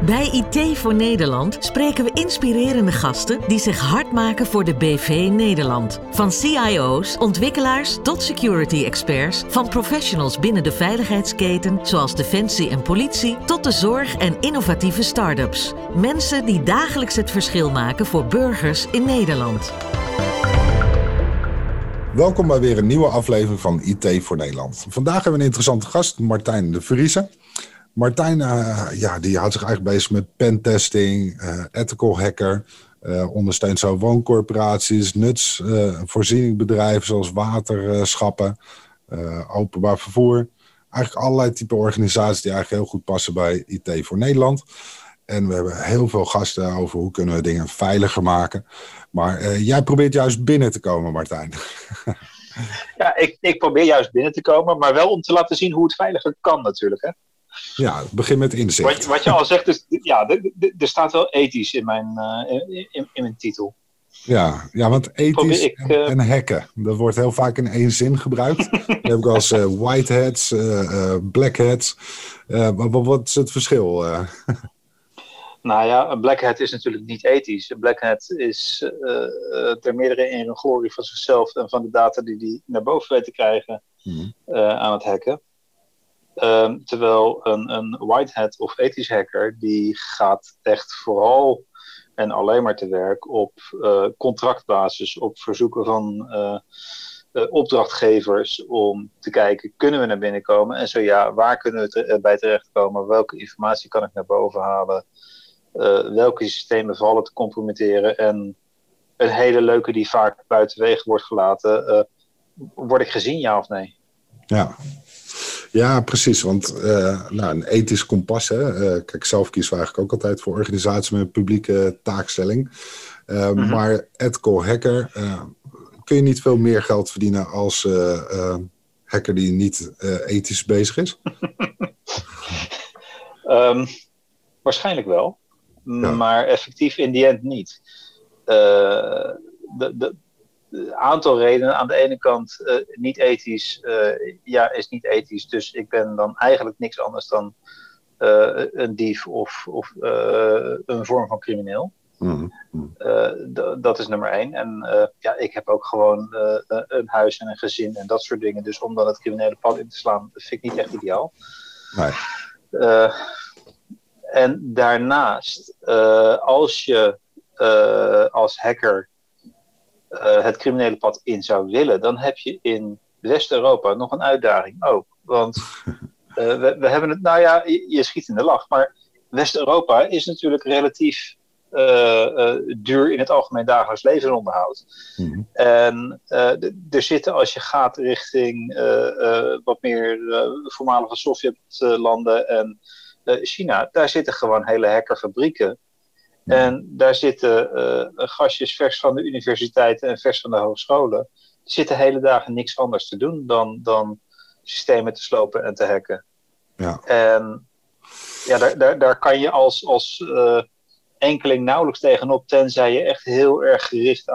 Bij IT voor Nederland spreken we inspirerende gasten die zich hard maken voor de BV Nederland. Van CIO's, ontwikkelaars tot security experts, van professionals binnen de veiligheidsketen zoals defensie en politie tot de zorg en innovatieve start-ups. Mensen die dagelijks het verschil maken voor burgers in Nederland. Welkom bij weer een nieuwe aflevering van IT voor Nederland. Vandaag hebben we een interessante gast, Martijn de Vriese. Martijn die houdt zich eigenlijk bezig met pentesting, ethical hacker, ondersteunt zo wooncorporaties, voorzieningbedrijven zoals waterschappen, openbaar vervoer. Eigenlijk allerlei type organisaties die eigenlijk heel goed passen bij IT voor Nederland. En we hebben heel veel gasten over hoe kunnen we dingen veiliger maken. Maar jij probeert juist binnen te komen, Martijn. Ja, ik probeer juist binnen te komen, maar wel om te laten zien hoe het veiliger kan natuurlijk, hè? Ja, het begint met inzicht. Wat je al zegt, dus, ja, er staat wel ethisch in mijn titel. Ja, want ethisch en hacken, dat wordt heel vaak in één zin gebruikt. Dan heb ik als white hats, black hats. Wat is het verschil? Nou ja, een black hat is natuurlijk niet ethisch. Een black hat is ter meerdere in een glorie van zichzelf en van de data die naar boven weet te krijgen aan het hacken. Terwijl een white hat of ethisch hacker, die gaat echt vooral en alleen maar te werk op contractbasis, op verzoeken van opdrachtgevers om te kijken, kunnen we naar binnen komen? En zo ja, waar kunnen we bij terechtkomen? Welke informatie kan ik naar boven halen? Welke systemen vallen te compromitteren? En een hele leuke die vaak buitenwege wordt gelaten. Word ik gezien, ja of nee? Ja, precies. Want een ethisch kompas. Kijk, zelf kiezen we eigenlijk ook altijd voor organisaties met een publieke taakstelling. Maar ethical hacker, kun je niet veel meer geld verdienen als hacker die niet ethisch bezig is? Waarschijnlijk wel. Ja. Maar effectief in die end niet. Aantal redenen. Aan de ene kant niet ethisch. Is niet ethisch. Dus ik ben dan eigenlijk niks anders dan een dief of een vorm van crimineel. Dat is nummer 1. En ik heb ook gewoon een huis en een gezin en dat soort dingen. Dus om dan het criminele pad in te slaan, vind ik niet echt ideaal. Nee. En daarnaast, als je als hacker het criminele pad in zou willen, dan heb je in West-Europa nog een uitdaging ook. Want we hebben het, je schiet in de lach, maar West-Europa is natuurlijk relatief duur in het algemeen dagelijks leven en onderhoud. En er zitten, als je gaat richting wat meer voormalige Sovjetlanden en China, daar zitten gewoon hele hackerfabrieken. En daar zitten gastjes vers van de universiteiten en vers van de hogescholen. Die zitten hele dagen niks anders te doen dan systemen te slopen en te hacken. Ja. En daar kan je als enkeling nauwelijks tegenop, tenzij je echt heel erg gericht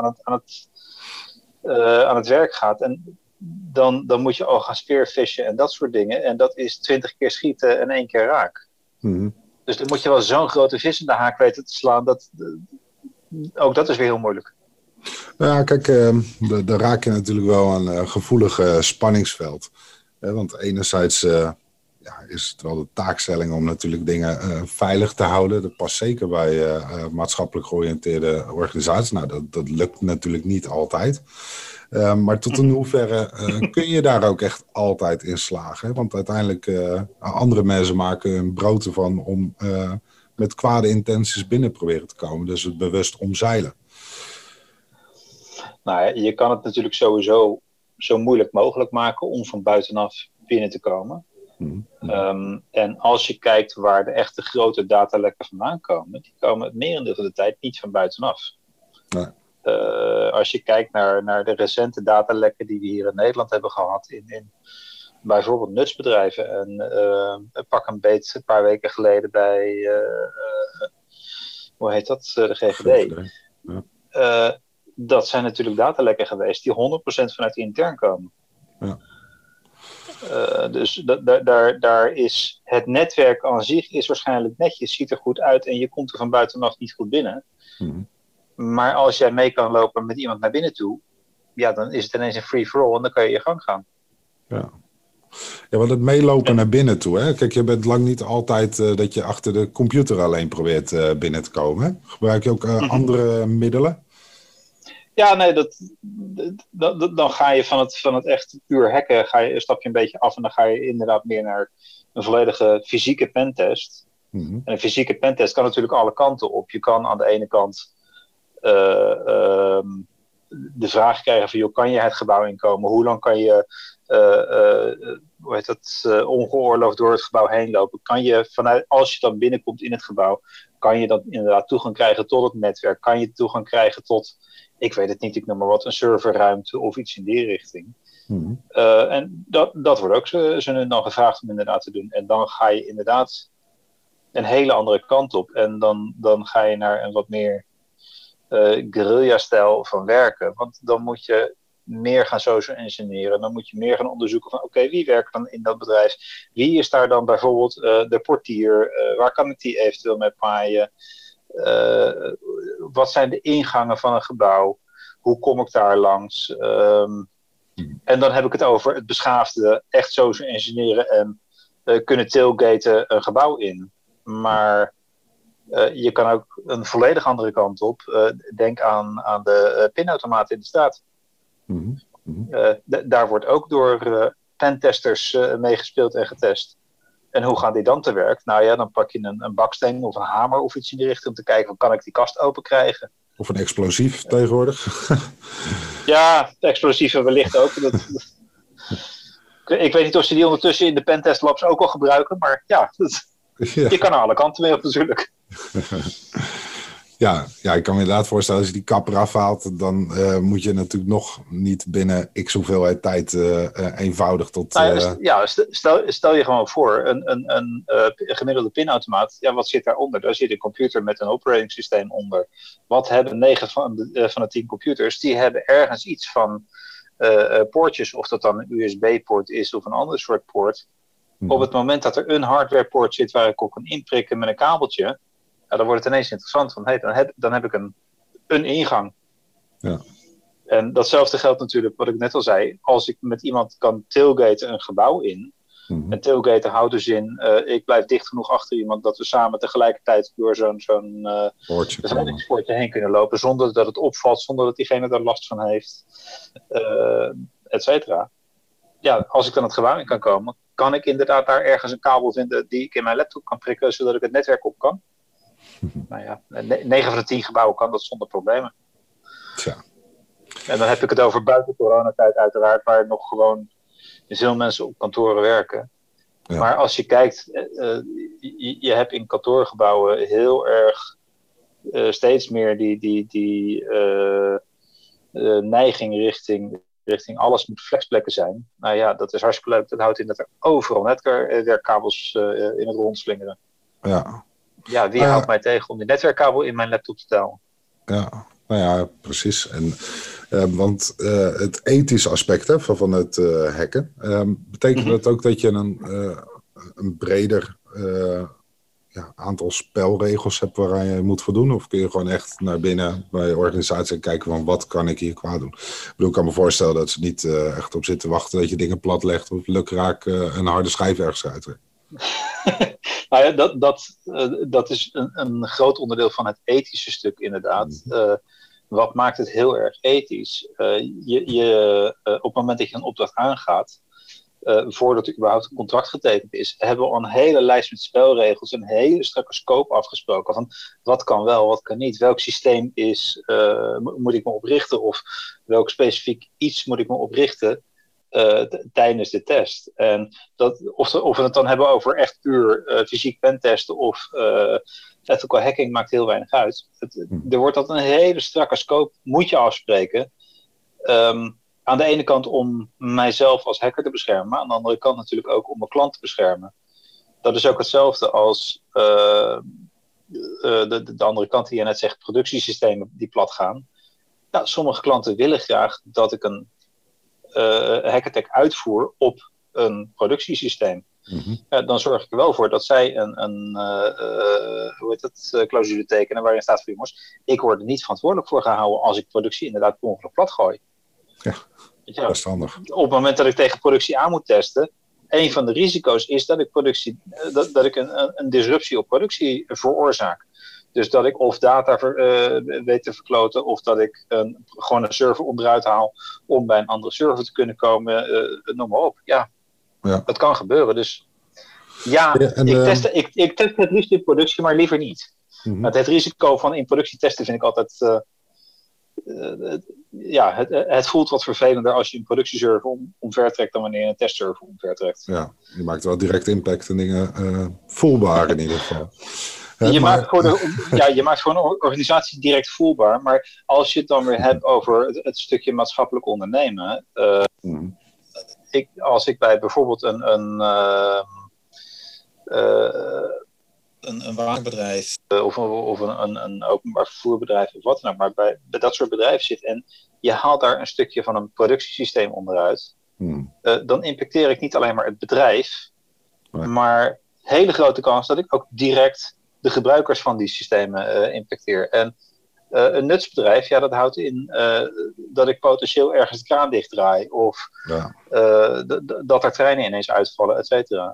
aan het werk gaat. En dan moet je al gaan spearfishen en dat soort dingen. En dat is 20 keer schieten en 1 keer raak. Dus dan moet je wel zo'n grote vis in de haak weten te slaan. Ook dat is weer heel moeilijk. Ja, kijk, daar raak je natuurlijk wel een gevoelig spanningsveld. Want enerzijds is het wel de taakstelling om natuurlijk dingen veilig te houden. Dat past zeker bij maatschappelijk georiënteerde organisaties. Nou, dat lukt natuurlijk niet altijd. Maar tot in hoeverre kun je daar ook echt altijd in slagen? Hè? Want uiteindelijk andere mensen maken hun brood ervan om met kwade intenties binnen proberen te komen. Dus het bewust omzeilen. Nou, je kan het natuurlijk sowieso zo moeilijk mogelijk maken om van buitenaf binnen te komen. En als je kijkt waar de echte grote datalekken vandaan komen, die komen het merendeel van de tijd niet van buitenaf. Nee. Als je kijkt naar de recente datalekken die we hier in Nederland hebben gehad in bijvoorbeeld nutsbedrijven en pak een beet een paar weken geleden bij hoe heet dat? De GGD. Ja. Dat zijn natuurlijk datalekken geweest die 100% vanuit intern komen. Ja. Dus daar is het netwerk aan zich is waarschijnlijk netjes, ziet er goed uit en je komt er van buitenaf niet goed binnen. Mm-hmm. Maar als jij mee kan lopen met iemand naar binnen toe, ja, dan is het ineens een free-for-all en dan kan je je gang gaan. Ja. Ja, want het meelopen naar binnen toe. Hè? Kijk, je bent lang niet altijd dat je achter de computer alleen probeert binnen te komen. Hè? Gebruik je ook andere middelen? Ja, nee, dan ga je van het echt puur hacken, stap je een beetje af en dan ga je inderdaad meer naar een volledige fysieke pentest. Mm-hmm. En een fysieke pentest kan natuurlijk alle kanten op. Je kan aan de ene kant de vraag krijgen van, joh, kan je het gebouw inkomen? Hoe lang kan je ongeoorloofd door het gebouw heen lopen? Kan je als je dan binnenkomt in het gebouw, kan je dan inderdaad toegang krijgen tot het netwerk? Kan je toegang krijgen tot, ik weet het niet, ik noem maar wat, een serverruimte of iets in die richting? Mm-hmm. En dat wordt ook zo nu dan gevraagd om inderdaad te doen. En dan ga je inderdaad een hele andere kant op. En dan ga je naar een wat meer guerrilla-stijl van werken. Want dan moet je meer gaan social engineeren. Dan moet je meer gaan onderzoeken van oké, wie werkt dan in dat bedrijf? Wie is daar dan bijvoorbeeld de portier? Waar kan ik die eventueel mee paaien? Wat zijn de ingangen van een gebouw? Hoe kom ik daar langs? En dan heb ik het over het beschaafde, echt social engineeren en kunnen tailgaten een gebouw in. Maar je kan ook een volledig andere kant op. Denk aan de pinautomaten in de straat. Mm-hmm. Daar wordt ook door pentesters meegespeeld en getest. En hoe gaan die dan te werk? Nou ja, dan pak je een baksteen of een hamer of iets in die richting om te kijken, kan ik die kast open krijgen? Of een explosief tegenwoordig. Ja, explosieven wellicht ook. Ik weet niet of ze die ondertussen in de pentest labs ook al gebruiken, maar ja, je kan er alle kanten mee op natuurlijk. Ja, ik kan me inderdaad voorstellen, als je die kap eraf haalt, dan moet je natuurlijk nog niet binnen x hoeveelheid tijd eenvoudig tot... Stel je gewoon voor, een gemiddelde pinautomaat, ja, wat zit daaronder? Daar zit een computer met een operating systeem onder. Wat hebben 9 van de 10 computers? Die hebben ergens iets van poortjes, of dat dan een USB-poort is of een ander soort poort. Op het moment dat er een hardwarepoort zit waar ik op kan inprikken met een kabeltje, ja, dan wordt het ineens interessant. Van, dan heb ik een ingang. Ja. En datzelfde geldt natuurlijk, wat ik net al zei. Als ik met iemand kan tailgaten een gebouw in. Mm-hmm. En tailgaten houdt dus in, ik blijf dicht genoeg achter iemand dat we samen tegelijkertijd door zo'n beveiligingspoortje heen kunnen lopen. Zonder dat het opvalt, zonder dat diegene daar last van heeft. Et cetera. Ja, als ik dan het gebouw in kan komen, kan ik inderdaad daar ergens een kabel vinden die ik in mijn laptop kan prikken, zodat ik het netwerk op kan. Nou ja, 9 van de 10 gebouwen kan dat zonder problemen. Tja. En dan heb ik het over buiten coronatijd uiteraard, waar nog gewoon veel mensen op kantoren werken. Ja. Maar als je kijkt, je hebt in kantoorgebouwen heel erg steeds meer die neiging richting alles moet flexplekken zijn. Nou ja, dat is hartstikke leuk. Dat houdt in dat er overal netwerkkabels in het rondslingeren. Ja. Ja, wie houdt mij tegen om die netwerkkabel in mijn laptop te touwen? Ja, nou ja, precies. En, want het ethische aspect van het hacken, betekent dat ook dat je een breder aantal spelregels hebt waaraan je moet voldoen? Of kun je gewoon echt naar binnen bij je organisatie en kijken van wat kan ik hier kwaad doen? Ik bedoel, ik kan me voorstellen dat ze niet echt op zitten wachten dat je dingen platlegt of lukraak een harde schijf ergens uittrekt. Nou ja, dat is een groot onderdeel van het ethische stuk inderdaad. Wat maakt het heel erg ethisch? Op het moment dat je een opdracht aangaat, voordat er überhaupt een contract getekend is, hebben we al een hele lijst met spelregels, een hele strakke scope afgesproken van wat kan wel, wat kan niet, welk systeem moet ik me oprichten of welk specifiek iets moet ik me oprichten tijdens de test. En of we het dan hebben over echt puur fysiek pentesten of ethical hacking maakt heel weinig uit. Er wordt dat een hele strakke scope, moet je afspreken. Aan de ene kant om mijzelf als hacker te beschermen, maar aan de andere kant natuurlijk ook om mijn klant te beschermen. Dat is ook hetzelfde als de andere kant die je net zegt, productiesystemen die plat gaan. Nou, sommige klanten willen graag dat ik een hackattack uitvoer op een productiesysteem. Dan zorg ik er wel voor dat zij een clausule tekenen waarin staat van jongens, ik word er niet verantwoordelijk voor gehouden als ik productie inderdaad per ongeluk plat gooi. Ja, dat is handig. Op het moment dat ik tegen productie aan moet testen, een van de risico's is dat ik dat ik een disruptie op productie veroorzaak. Dus dat ik of data weet te verkloten, of dat ik gewoon een server onderuit haal om bij een andere server te kunnen komen, noem maar op. Ja, dat kan gebeuren. Dus ik test het liefst in productie, maar liever niet. Het risico van in productie testen vind ik altijd... het voelt wat vervelender als je een productieserver omvertrekt dan wanneer je een testserver omvertrekt. Ja, je maakt wel direct impact en dingen voelbaar in ieder geval. Je maakt voor een organisatie direct voelbaar, maar als je het dan weer hebt over het stukje maatschappelijk ondernemen, als ik bij bijvoorbeeld een wagenbedrijf of een openbaar vervoerbedrijf of wat dan ook, maar bij dat soort bedrijven zit en je haalt daar een stukje van een productiesysteem onderuit, dan impacteer ik niet alleen maar het bedrijf, maar hele grote kans dat ik ook direct de gebruikers van die systemen impacteer. En een nutsbedrijf, dat houdt in dat ik potentieel ergens de kraan dichtdraai of dat er treinen ineens uitvallen, et cetera.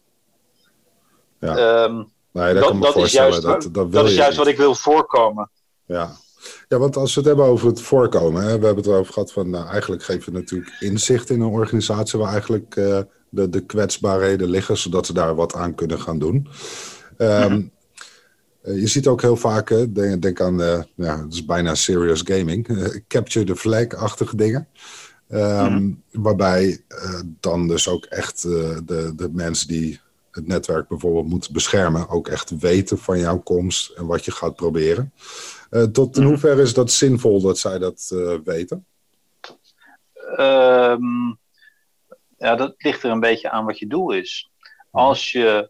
Dat is juist wat ik wil voorkomen. Ja, want als we het hebben over het voorkomen, we hebben het erover gehad van, eigenlijk geven we natuurlijk inzicht in een organisatie waar eigenlijk de kwetsbaarheden liggen, zodat ze daar wat aan kunnen gaan doen. Je ziet ook heel vaak, denk aan, het is bijna serious gaming, capture the flag-achtige dingen. Waarbij dan dus ook echt de mensen die het netwerk bijvoorbeeld moeten beschermen, ook echt weten van jouw komst en wat je gaat proberen. Tot in hoeverre is dat zinvol dat zij dat weten? Dat ligt er een beetje aan wat je doel is. Als je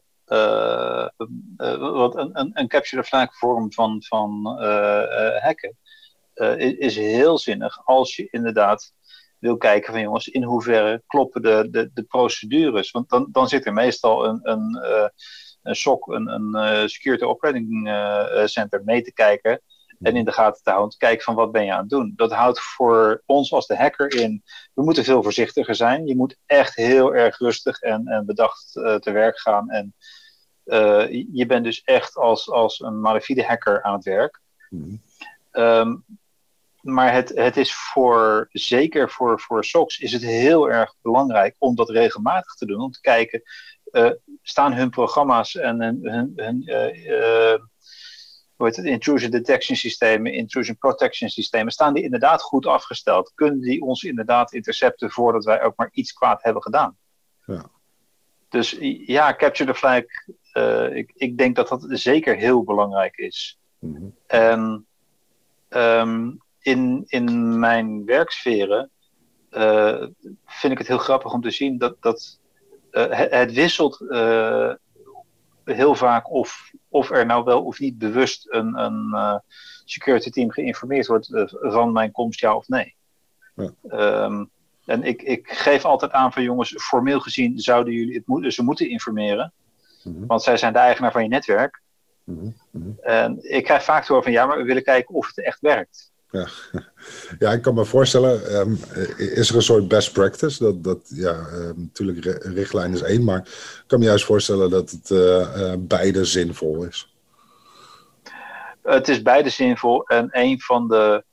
een capture the flag vorm van hacken is heel zinnig als je inderdaad wil kijken van jongens, in hoeverre kloppen de procedures. Want dan zit er meestal een SOC, een Security Operating Center mee te kijken en in de gaten te houden, te kijken van wat ben je aan het doen. Dat houdt voor ons als de hacker in, we moeten veel voorzichtiger zijn. Je moet echt heel erg rustig en bedacht te werk gaan. En je bent dus echt als een malafide hacker aan het werk. Maar het is zeker voor SOCs is het heel erg belangrijk om dat regelmatig te doen. Om te kijken, staan hun programma's en hun intrusion detection systemen, intrusion protection systemen, staan die inderdaad goed afgesteld? Kunnen die ons inderdaad intercepten voordat wij ook maar iets kwaad hebben gedaan? Ja. Dus capture the flag, ik denk dat dat zeker heel belangrijk is. En in mijn werksferen vind ik het heel grappig om te zien dat het wisselt heel vaak of er nou wel of niet bewust een security team geïnformeerd wordt van mijn komst, ja of nee. Ja. En ik geef altijd aan van jongens, formeel gezien zouden jullie ze moeten informeren, want zij zijn de eigenaar van je netwerk. En ik krijg vaak te horen van maar we willen kijken of het echt werkt. Ja, ik kan me voorstellen, is er een soort best practice? Natuurlijk richtlijn is 1, maar ik kan me juist voorstellen dat het beide zinvol is. Het is beide zinvol en een van de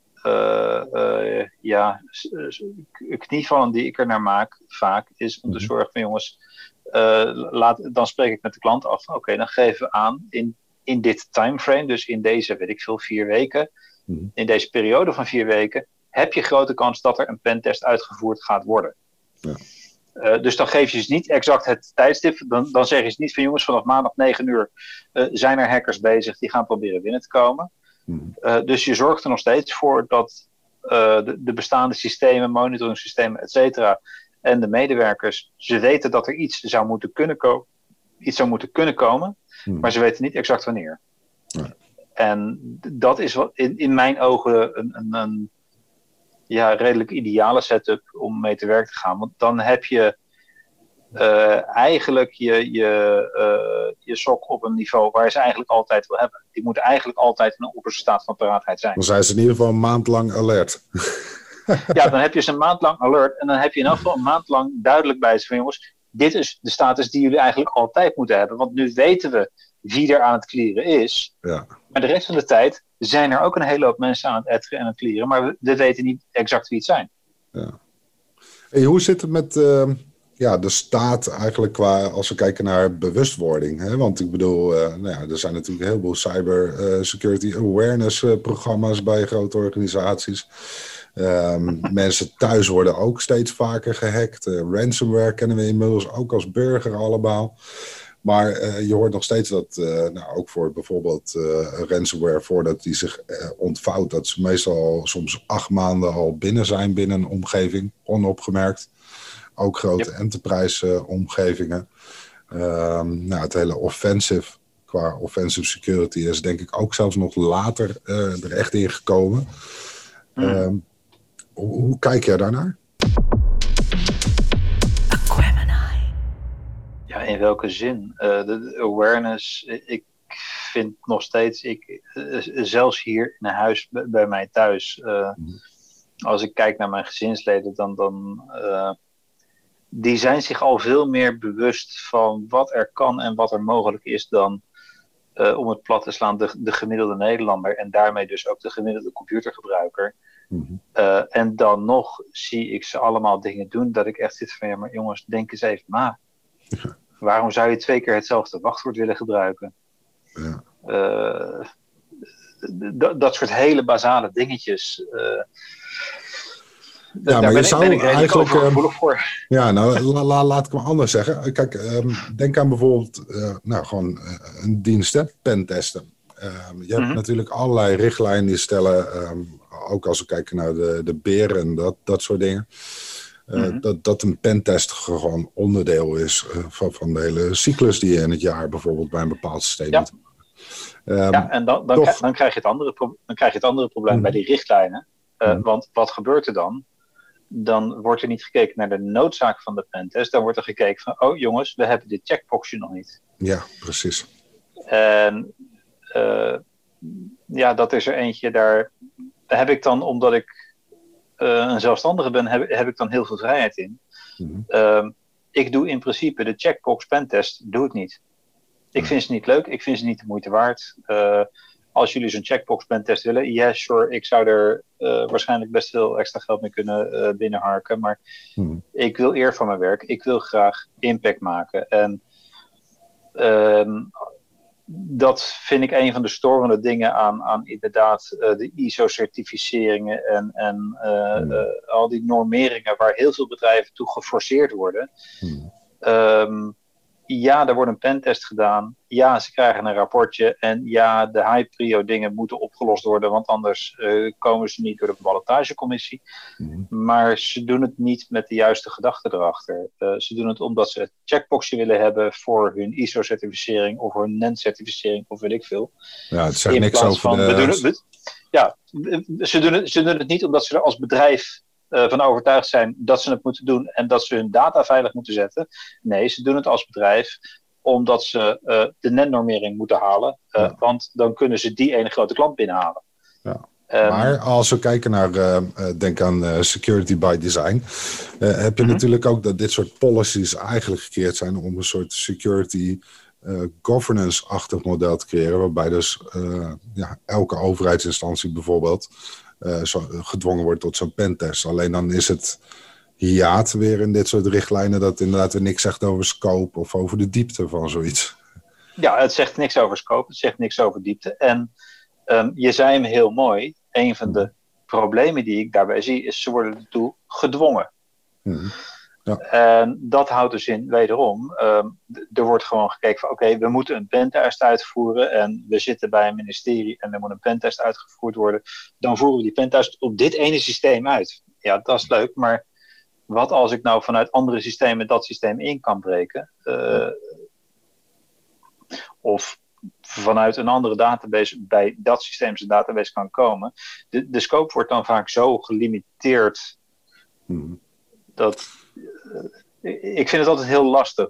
knievallen die ik er naar maak vaak is om te zorgen van jongens, dan spreek ik met de klant af. Oké, dan geven we aan in dit timeframe, dus in deze, 4 weken, in deze periode van 4 weken, heb je grote kans dat er een pentest uitgevoerd gaat worden. Ja. Dus dan geef je ze niet exact het tijdstip. Dan zeggen ze niet van jongens, vanaf maandag 9 uur zijn er hackers bezig die gaan proberen binnen te komen. Dus je zorgt er nog steeds voor dat de bestaande systemen, monitoring systemen, et cetera, en de medewerkers, ze weten dat er iets zou moeten kunnen komen, maar ze weten niet exact wanneer. Ja. En dat is wat in mijn ogen een redelijk ideale setup om mee te werk te gaan. Want dan heb je eigenlijk je sok op een niveau waar je ze eigenlijk altijd wil hebben. Die moet eigenlijk altijd in een opperste staat van paraatheid zijn. Dan zijn ze in ieder geval een maand lang alert. Ja, dan heb je ze een maand lang alert en dan heb je in elk geval een maand lang duidelijk bij ze van jongens, dit is de status die jullie eigenlijk altijd moeten hebben. Want nu weten we wie er aan het clearen is. Ja. Maar de rest van de tijd zijn er ook een hele hoop mensen aan het etteren en het clearen. Maar we weten niet exact wie het zijn. Ja. Hey, hoe zit het met de staat eigenlijk als we kijken naar bewustwording? Hè? Want ik bedoel, er zijn natuurlijk een heleboel cyber security awareness programma's bij grote organisaties. Mensen thuis worden ook steeds vaker gehackt. Ransomware kennen we inmiddels ook als burger allemaal. Maar je hoort nog steeds dat, ook voor bijvoorbeeld ransomware, voordat die zich ontvouwt, dat ze meestal soms 8 maanden al binnen zijn binnen een omgeving, onopgemerkt. Ook grote enterprise omgevingen. Het hele qua offensive security is denk ik ook zelfs nog later er echt in gekomen. Hoe kijk jij daarnaar? Ja, in welke zin? De awareness, ik vind nog steeds, zelfs hier in huis bij mij thuis, als ik kijk naar mijn gezinsleden, dan die zijn zich al veel meer bewust van wat er kan en wat er mogelijk is dan, om het plat te slaan, de gemiddelde Nederlander en daarmee dus ook de gemiddelde computergebruiker. En dan nog zie ik ze allemaal dingen doen dat ik echt zit van, ja, maar jongens, denk eens even na. Waarom zou je 2 keer hetzelfde wachtwoord willen gebruiken? Ja. Dat soort hele basale dingetjes. Maar je zou eigenlijk voor. Ja, nou, laat ik hem anders zeggen. Kijk, denk aan bijvoorbeeld gewoon een dienst, hè, pentesten. Je hebt natuurlijk allerlei richtlijnen die stellen, ook als we kijken naar de BER en dat soort dingen. Dat een pentest gewoon onderdeel is van de hele cyclus die je in het jaar bijvoorbeeld bij een bepaald systeem moet. En dan krijg je het andere probleem bij die richtlijnen. Want wat gebeurt er dan? Dan wordt er niet gekeken naar de noodzaak van de pentest. Dan wordt er gekeken van, oh jongens, we hebben dit checkboxje nog niet. Ja, precies. En dat is er eentje, daar heb ik dan, omdat ik een zelfstandige ben, heb ik dan heel veel vrijheid in. Ik doe in principe de checkbox pentest, doe het niet. Ik vind ze niet leuk, ik vind ze niet de moeite waard. Als jullie zo'n checkbox pentest willen, sure, ik zou er waarschijnlijk best veel extra geld mee kunnen binnenharken. Maar ik wil eer van mijn werk, ik wil graag impact maken. En dat vind ik een van de storende dingen aan inderdaad de ISO-certificeringen en al die normeringen waar heel veel bedrijven toe geforceerd worden. Er wordt een pentest gedaan. Ja, ze krijgen een rapportje. En ja, de high-prio dingen moeten opgelost worden, want anders komen ze niet door de ballotagecommissie. Maar ze doen het niet met de juiste gedachte erachter. Ze doen het omdat ze het checkboxje willen hebben voor hun ISO-certificering of hun NEN-certificering of weet ik veel. Ja, het zegt niks over ze doen het niet omdat ze er als bedrijf van overtuigd zijn dat ze het moeten doen en dat ze hun data veilig moeten zetten. Nee, ze doen het als bedrijf omdat ze de NEN-normering moeten halen. Want dan kunnen ze die ene grote klant binnenhalen. Ja. Maar als we kijken naar, denk aan security by design, heb je natuurlijk ook dat dit soort policies eigenlijk gecreëerd zijn om een soort security governance-achtig model te creëren, waarbij dus elke overheidsinstantie bijvoorbeeld gedwongen wordt tot zo'n pentest. Alleen dan is het hiaat weer in dit soort richtlijnen dat inderdaad weer niks zegt over scope of over de diepte van zoiets. Ja, het zegt niks over scope, het zegt niks over diepte. En je zei hem heel mooi, een van de problemen die ik daarbij zie is ze worden ertoe gedwongen. Ja. En dat houdt dus in, wederom, er wordt gewoon gekeken van oké, we moeten een pentest uitvoeren en we zitten bij een ministerie en er moet een pentest uitgevoerd worden. Dan voeren we die pentest op dit ene systeem uit. Ja, dat is leuk, maar wat als ik nou vanuit andere systemen dat systeem in kan breken? Of vanuit een andere database bij dat systeem zijn database kan komen. De scope wordt dan vaak zo gelimiteerd dat ik vind het altijd heel lastig.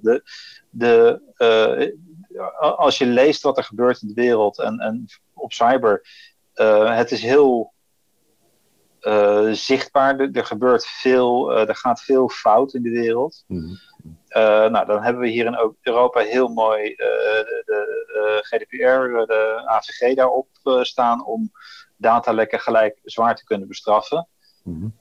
Als je leest wat er gebeurt in de wereld en op cyber, het is heel zichtbaar. Er gebeurt veel, er gaat veel fout in de wereld. Mm-hmm. Nou, dan hebben we hier in Europa heel mooi de GDPR, de AVG daarop staan om datalekken gelijk zwaar te kunnen bestraffen. Mm-hmm.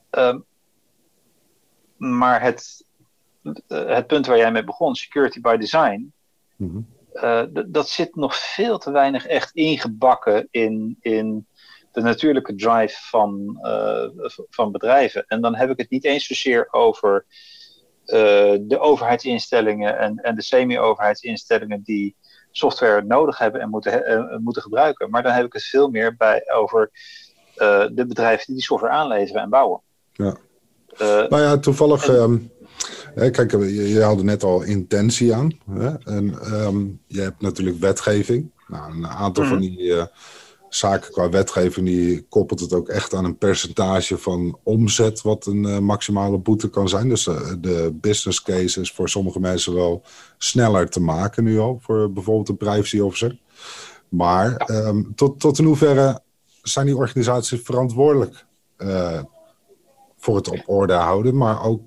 Maar het punt waar jij mee begon, security by design, Mm-hmm. Dat zit nog veel te weinig echt ingebakken in de natuurlijke drive van bedrijven. En dan heb ik het niet eens zozeer over de overheidsinstellingen en de semi-overheidsinstellingen die software nodig hebben en moeten gebruiken. Maar dan heb ik het veel meer over de bedrijven die software aanleveren en bouwen. Ja. Nou ja, toevallig... kijk, je haalde net al intentie aan. Hè? En je hebt natuurlijk wetgeving. Nou, een aantal van die zaken qua wetgeving, die koppelt het ook echt aan een percentage van omzet wat een maximale boete kan zijn. Dus de business case is voor sommige mensen wel sneller te maken nu al, voor bijvoorbeeld een privacy officer. Maar tot in hoeverre zijn die organisaties verantwoordelijk voor het op orde houden, maar ook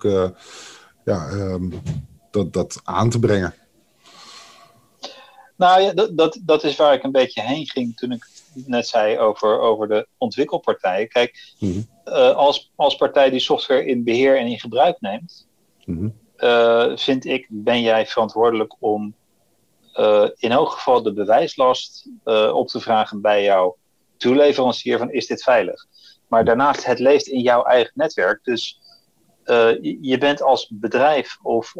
dat aan te brengen? Nou ja, dat is waar ik een beetje heen ging toen ik net zei over de ontwikkelpartij. Kijk, als partij die software in beheer en in gebruik neemt, vind ik, ben jij verantwoordelijk om in elk geval de bewijslast op te vragen bij jouw toeleverancier van is dit veilig. Maar daarnaast, het leeft in jouw eigen netwerk. Dus je bent als bedrijf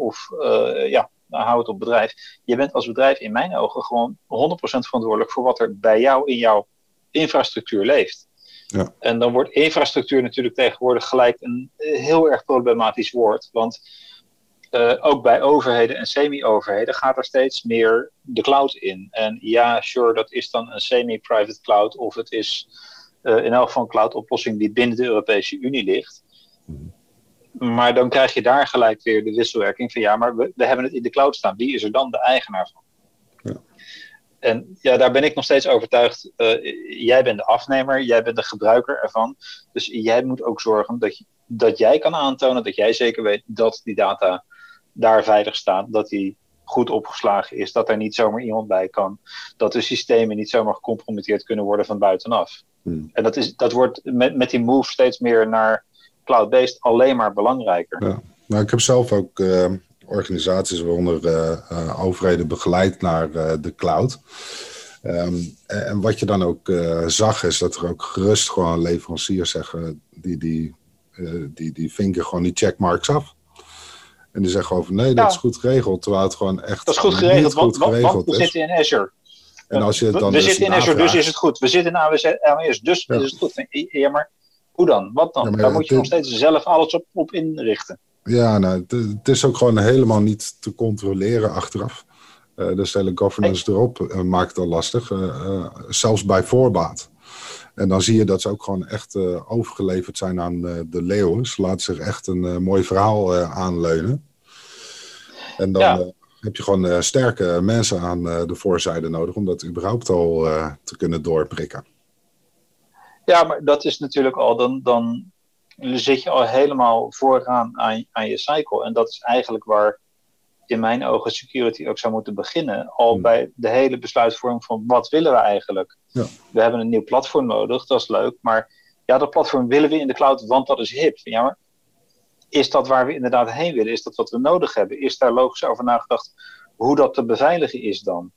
hou het op bedrijf. Je bent als bedrijf in mijn ogen gewoon 100% verantwoordelijk voor wat er bij jou in jouw infrastructuur leeft. Ja. En dan wordt infrastructuur natuurlijk tegenwoordig gelijk een heel erg problematisch woord. Want ook bij overheden en semi-overheden gaat er steeds meer de cloud in. En ja, sure, dat is dan een semi-private cloud of het is in elk geval een cloud-oplossing die binnen de Europese Unie ligt. Maar dan krijg je daar gelijk weer de wisselwerking van ja, maar we hebben het in de cloud staan. Wie is er dan de eigenaar van? Ja. En ja, daar ben ik nog steeds overtuigd. Jij bent de afnemer, jij bent de gebruiker ervan. Dus jij moet ook zorgen dat jij kan aantonen, dat jij zeker weet dat die data daar veilig staat. Dat die goed opgeslagen is, dat er niet zomaar iemand bij kan. Dat de systemen niet zomaar gecompromitteerd kunnen worden van buitenaf. En dat wordt met die move steeds meer naar cloud-based alleen maar belangrijker. Ja. Nou, ik heb zelf ook organisaties waaronder overheden begeleid naar de cloud. En wat je dan ook zag is dat er ook gerust gewoon leveranciers zeggen die vinken gewoon die checkmarks af. En die zeggen gewoon van nee, dat is goed geregeld. Terwijl het gewoon echt dat is goed geregeld, want we zitten in Azure. En als je dan we zitten in Azure, dus is het goed. We zitten in AWS, dus is het goed. Ja, maar hoe dan? Wat dan? Ja, daar moet je nog steeds zelf alles op inrichten. Ja, nou, het is ook gewoon helemaal niet te controleren achteraf. Dus de hele governance erop maakt het al lastig. Zelfs bij voorbaat. En dan zie je dat ze ook gewoon echt overgeleverd zijn aan de leeuwen. Ze laten zich echt een mooi verhaal aanleunen. En dan heb je gewoon sterke mensen aan de voorzijde nodig om dat überhaupt al te kunnen doorprikken. Ja, maar dat is natuurlijk al, dan zit je al helemaal vooraan aan je cycle. En dat is eigenlijk waar in mijn ogen security ook zou moeten beginnen. Al bij de hele besluitvorming van wat willen we eigenlijk. Ja. We hebben een nieuw platform nodig, dat is leuk. Maar ja, dat platform willen we in de cloud, want dat is hip. Ja, maar is dat waar we inderdaad heen willen? Is dat wat we nodig hebben? Is daar logisch over nagedacht hoe dat te beveiligen is dan?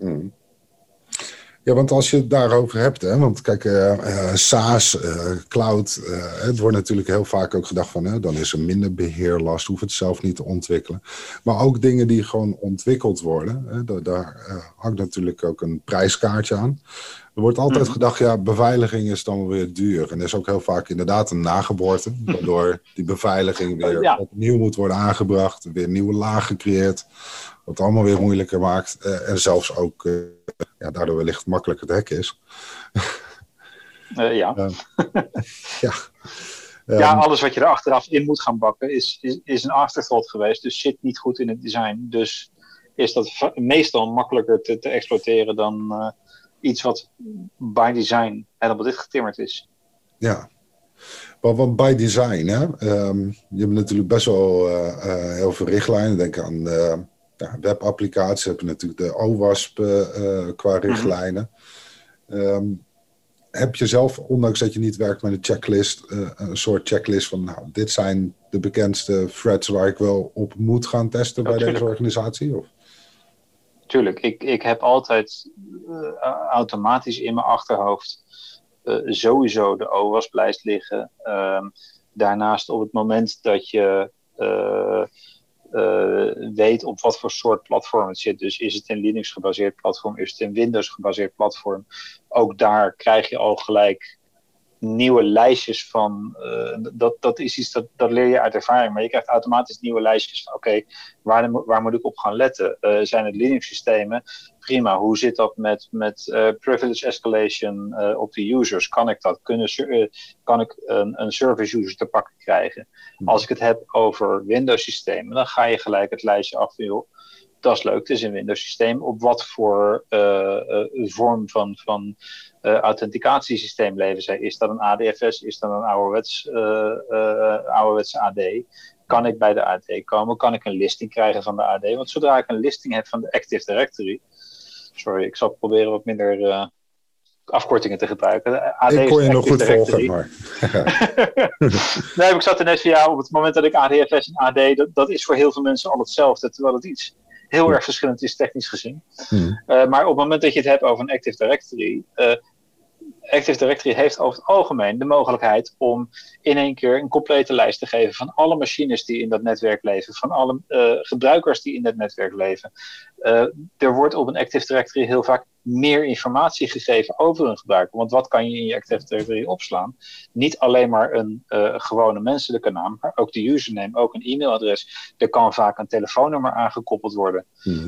Ja, want als je het daarover hebt, hè, want kijk, SaaS, cloud, het wordt natuurlijk heel vaak ook gedacht van, dan is er minder beheerlast, hoef het zelf niet te ontwikkelen. Maar ook dingen die gewoon ontwikkeld worden, daar hangt natuurlijk ook een prijskaartje aan. Er wordt altijd gedacht, ja, beveiliging is dan weer duur. En er is ook heel vaak inderdaad een nageboorte, waardoor die beveiliging weer opnieuw moet worden aangebracht, weer nieuwe lagen gecreëerd. Wat het allemaal weer moeilijker maakt. En zelfs ook daardoor wellicht makkelijk het hacken is. Ja. Ja. Alles wat je er achteraf in moet gaan bakken is een afterthought geweest. Dus zit niet goed in het design. Dus is dat meestal makkelijker te exploiteren dan iets wat by design helemaal dichtgetimmerd is. Ja, want by design, hè? Je hebt natuurlijk best wel heel veel richtlijnen. Denk aan webapplicaties, heb je natuurlijk de OWASP qua richtlijnen. Heb je zelf, ondanks dat je niet werkt met een checklist, een soort checklist van, dit zijn de bekendste threads waar ik wel op moet gaan testen bij deze organisatie? Of? Tuurlijk, ik heb altijd automatisch in mijn achterhoofd sowieso de OWASP-lijst liggen. Daarnaast op het moment dat je weet op wat voor soort platform het zit. Dus is het een Linux gebaseerd platform, is het een Windows gebaseerd platform. Ook daar krijg je al gelijk nieuwe lijstjes van. Dat is iets dat leer je uit ervaring. Maar je krijgt automatisch nieuwe lijstjes van oké, waar moet ik op gaan letten? Zijn het Linux systemen? Prima, hoe zit dat met privilege escalation op de users? Kan ik dat? Kan ik een service user te pakken krijgen? Als ik het heb over Windows systemen, dan ga je gelijk het lijstje af van joh, dat is leuk, het is een Windows systeem. Op wat voor vorm van authenticatiesysteem leven zij? Is dat een ADFS? Is dat een ouderwetse AD? Kan ik bij de AD komen? Kan ik een listing krijgen van de AD? Want zodra ik een listing heb van de Active Directory... Sorry, ik zal proberen wat minder afkortingen te gebruiken. AD ik kon je nog goed volgen, maar... Nee, ik zat er net van op het moment dat ik ADFS en AD... Dat is voor heel veel mensen al hetzelfde, terwijl het iets heel erg verschillend is technisch gezien. Maar op het moment dat je het hebt over een Active Directory... Active Directory heeft over het algemeen de mogelijkheid om in één keer een complete lijst te geven van alle machines die in dat netwerk leven, van alle gebruikers die in dat netwerk leven. Er wordt op een Active Directory heel vaak meer informatie gegeven over een gebruiker. Want wat kan je in je Active Directory opslaan? Niet alleen maar een gewone menselijke naam, maar ook de username, ook een e-mailadres. Er kan vaak een telefoonnummer aangekoppeld worden.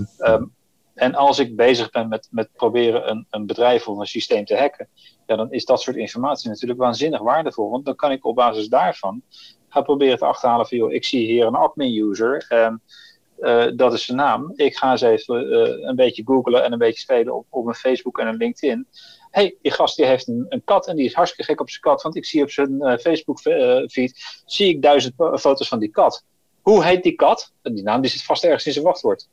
En als ik bezig ben met proberen een bedrijf of een systeem te hacken, dan is dat soort informatie natuurlijk waanzinnig waardevol. Want dan kan ik op basis daarvan gaan proberen te achterhalen van, ik zie hier een admin-user, dat is zijn naam. Ik ga eens even een beetje googlen en een beetje spelen op mijn Facebook en een LinkedIn. Hey, die gast die heeft een kat en die is hartstikke gek op zijn kat, want ik zie op zijn Facebook-feed, zie ik 1000 foto's van die kat. Hoe heet die kat? Die naam die zit vast ergens in zijn wachtwoord.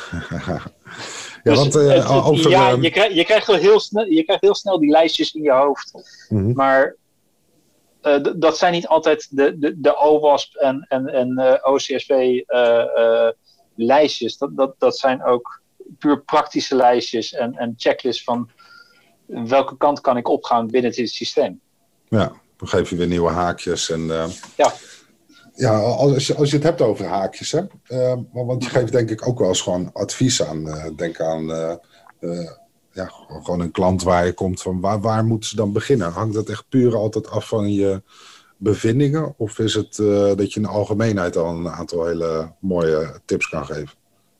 Dus, je krijgt heel snel die lijstjes in je hoofd. Maar dat zijn niet altijd de OWASP en OCSP lijstjes. Dat zijn ook puur praktische lijstjes en checklists van welke kant kan ik opgaan binnen dit systeem. Ja, dan geef je weer nieuwe haakjes. Ja, als je het hebt over haakjes, hè? Want je geeft denk ik ook wel eens gewoon advies aan. Denk aan gewoon een klant waar je komt van waar moeten ze dan beginnen? Hangt dat echt puur altijd af van je bevindingen? Of is het dat je in de algemeenheid al een aantal hele mooie tips kan geven?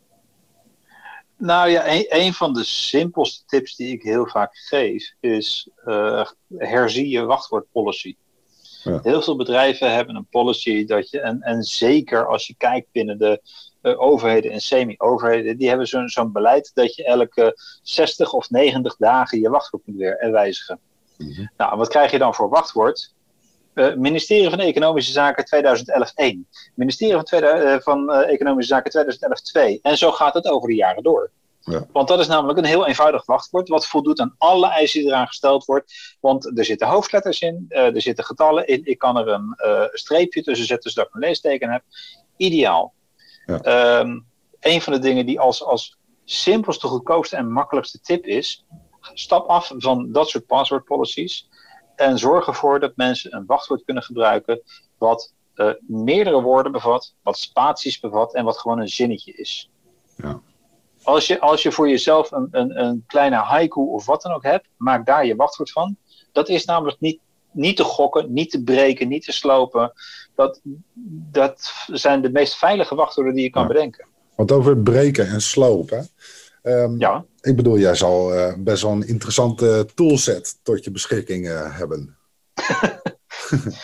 Nou ja, een van de simpelste tips die ik heel vaak geef is herzie je wachtwoordpolicy. Ja. Heel veel bedrijven hebben een policy dat je, en zeker als je kijkt binnen de overheden en semi-overheden, die hebben zo'n beleid dat je elke 60 of 90 dagen je wachtwoord moet weer wijzigen. Nou, wat krijg je dan voor wachtwoord? Ministerie van Economische Zaken 2011-1. Ministerie van Economische Zaken 2011-2. En zo gaat het over de jaren door. Ja. Want dat is namelijk een heel eenvoudig wachtwoord, wat voldoet aan alle eisen die eraan gesteld wordt. Want er zitten hoofdletters in, er zitten getallen in. Ik kan er een streepje tussen zetten zodat ik een leesteken heb. Ideaal. Ja. Een van de dingen die als simpelste, goedkoopste en makkelijkste tip is, stap af van dat soort password policies en zorg ervoor dat mensen een wachtwoord kunnen gebruiken wat meerdere woorden bevat, wat spaties bevat en wat gewoon een zinnetje is. Ja. Als je voor jezelf een kleine haiku of wat dan ook hebt, maak daar je wachtwoord van. Dat is namelijk niet te gokken, niet te breken, niet te slopen. Dat zijn de meest veilige wachtwoorden die je kan bedenken. Want over het breken en slopen. Ja. Ik bedoel, jij zal best wel een interessante toolset tot je beschikking hebben.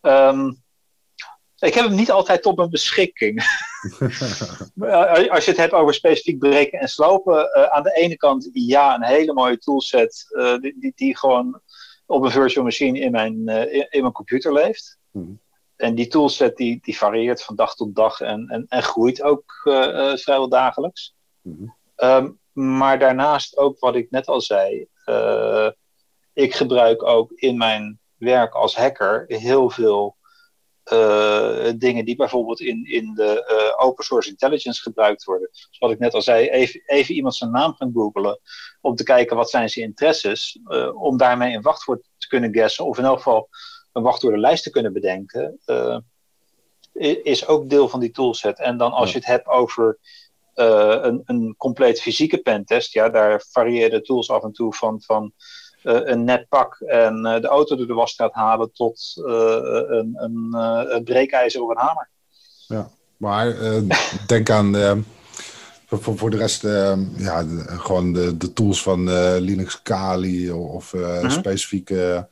Ik heb hem niet altijd tot mijn beschikking. Als je het hebt over specifiek breken en slopen. Aan de ene kant een hele mooie toolset. Die gewoon op een virtual machine in mijn computer leeft. Mm-hmm. En die toolset die varieert van dag tot dag. En groeit ook vrijwel dagelijks. Mm-hmm. Maar daarnaast ook wat ik net al zei. Ik gebruik ook in mijn werk als hacker heel veel dingen die bijvoorbeeld in de open source intelligence gebruikt worden. Dus wat ik net al zei, even iemand zijn naam gaan googlen om te kijken wat zijn zijn interesses, om daarmee een wachtwoord te kunnen guessen of in elk geval een wachtwoordenlijst te kunnen bedenken, is ook deel van die toolset. En dan als je het hebt over een compleet fysieke pentest, daar variëren de tools af en toe van een net pak en de auto door de wasstraat halen tot een breekijzer of een hamer. Ja, maar denk aan voor de rest gewoon de tools van Linux Kali of specifieke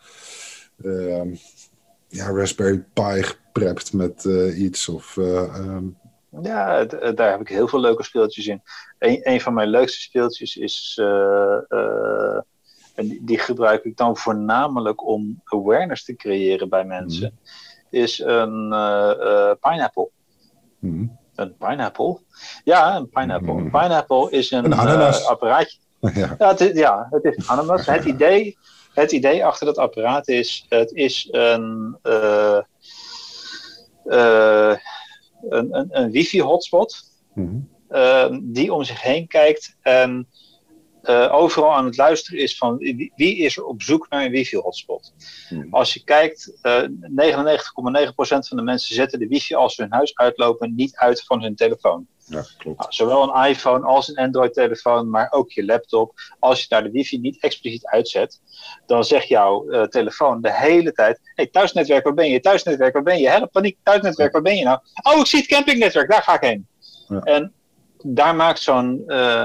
Raspberry Pi geprept met iets of... Ja, daar heb ik heel veel leuke speeltjes in. Een van mijn leukste speeltjes is... en die gebruik ik dan voornamelijk om awareness te creëren bij mensen. Is een pineapple. Een pineapple? Ja, een pineapple. Een pineapple is een apparaatje. Ja. Het is een ananas. Het idee achter dat apparaat is... Het is een wifi-hotspot. Die om zich heen kijkt en... overal aan het luisteren is van wie is er op zoek naar een wifi-hotspot. Als je kijkt, 99,9% van de mensen zetten de wifi als ze hun huis uitlopen niet uit van hun telefoon. Ja, klopt. Nou, zowel een iPhone als een Android-telefoon, maar ook je laptop. Als je daar de wifi niet expliciet uitzet, dan zegt jouw telefoon de hele tijd: hey, thuisnetwerk, waar ben je? Thuisnetwerk, waar ben je? Help, paniek, thuisnetwerk, waar ben je nou? Oh, ik zie het campingnetwerk, daar ga ik heen. Ja. En daar maakt zo'n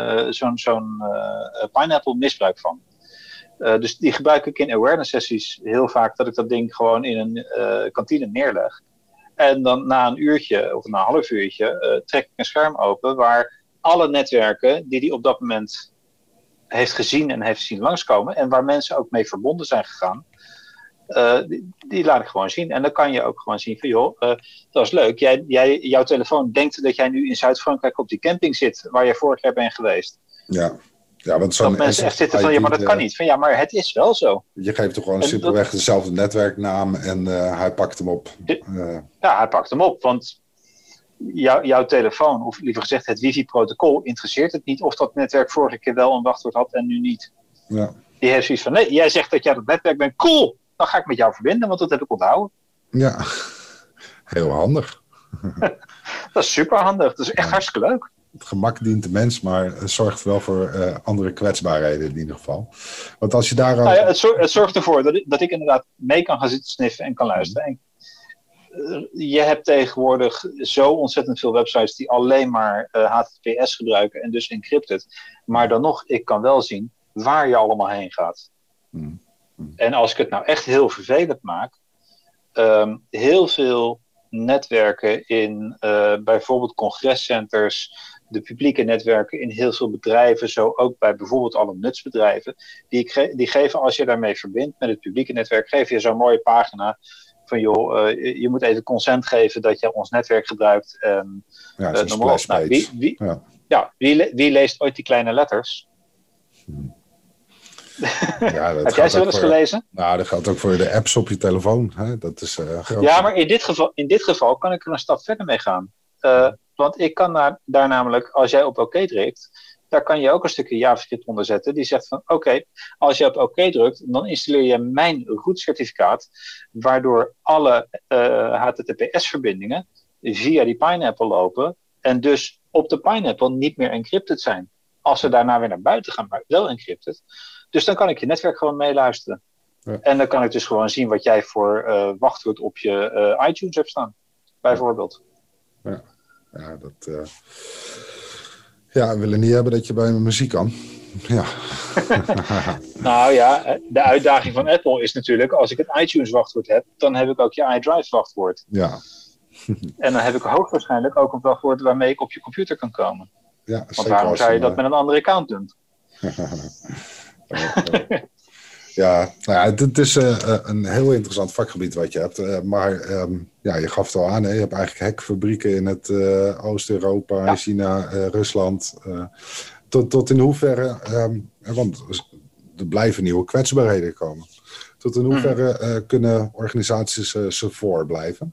Pineapple misbruik van. Dus die gebruik ik in awareness sessies heel vaak, dat ik dat ding gewoon in een kantine neerleg. En dan na een uurtje of na een half uurtje trek ik een scherm open waar alle netwerken die op dat moment heeft gezien en heeft zien langskomen en waar mensen ook mee verbonden zijn gegaan, die laat ik gewoon zien. En dan kan je ook gewoon zien van joh, dat is leuk. Jouw telefoon denkt dat jij nu in Zuid-Frankrijk op die camping zit waar je vorig jaar bent geweest. Ja, want zo'n dat mensen echt zitten van ja, maar dat kan niet. Van ja, maar het is wel zo. Je geeft toch gewoon simpelweg dezelfde netwerknaam en hij pakt hem op. Ja, hij pakt hem op, want jouw telefoon, of liever gezegd het wifi-protocol, interesseert het niet of dat netwerk vorige keer wel een wachtwoord had en nu niet. Ja. Die heeft zoiets van nee, jij zegt dat jij dat netwerk bent, cool! Dan ga ik met jou verbinden, want dat heb ik onthouden. Ja, heel handig. Dat is super handig. Dat is echt hartstikke leuk. Het gemak dient de mens, maar het zorgt wel voor andere kwetsbaarheden in ieder geval. Want als je daar... het zorgt ervoor dat ik inderdaad mee kan gaan zitten sniffen en kan luisteren. En, je hebt tegenwoordig zo ontzettend veel websites die alleen maar HTTPS gebruiken en dus encrypted. Maar dan nog, ik kan wel zien waar je allemaal heen gaat. En als ik het nou echt heel vervelend maak, heel veel netwerken in bijvoorbeeld congrescenters, de publieke netwerken in heel veel bedrijven, zo ook bij bijvoorbeeld alle nutsbedrijven, die geven als je daarmee verbindt met het publieke netwerk, geef je zo'n mooie pagina van joh, je moet even consent geven dat je ons netwerk gebruikt. Wie leest ooit die kleine letters? Ja, dat heb jij ze wel eens gelezen? Nou, dat geldt ook voor de apps op je telefoon. Hè? Dat is groot. Ja, maar in dit geval kan ik er een stap verder mee gaan. Want ik kan daar namelijk, als jij op OK drukt, daar kan je ook een stukje JavaScript onder zetten. Die zegt van oké, als je op OK drukt, dan installeer je mijn root certificaat, waardoor alle HTTPS-verbindingen via die Pineapple lopen en dus op de Pineapple niet meer encrypted zijn. Als ze daarna weer naar buiten gaan, maar wel encrypted. Dus dan kan ik je netwerk gewoon meeluisteren. Ja. En dan kan ik dus gewoon zien wat jij voor wachtwoord op je iTunes hebt staan. Bijvoorbeeld. Ja, we willen niet hebben dat je bij mijn muziek kan. Ja. Nou ja, de uitdaging van Apple is natuurlijk, als ik het iTunes wachtwoord heb, dan heb ik ook je iDrive wachtwoord. Ja. En dan heb ik hoogstwaarschijnlijk ook een wachtwoord waarmee ik op je computer kan komen. Ja, want waarom zou je dat met een andere account doen? Ja, nou ja, het is een heel interessant vakgebied wat je hebt. Maar je gaf het al aan, hè? Je hebt eigenlijk hekfabrieken in het Oost-Europa, China, Rusland. Tot in hoeverre, want er blijven nieuwe kwetsbaarheden komen. Tot in hoeverre kunnen organisaties ze voorblijven?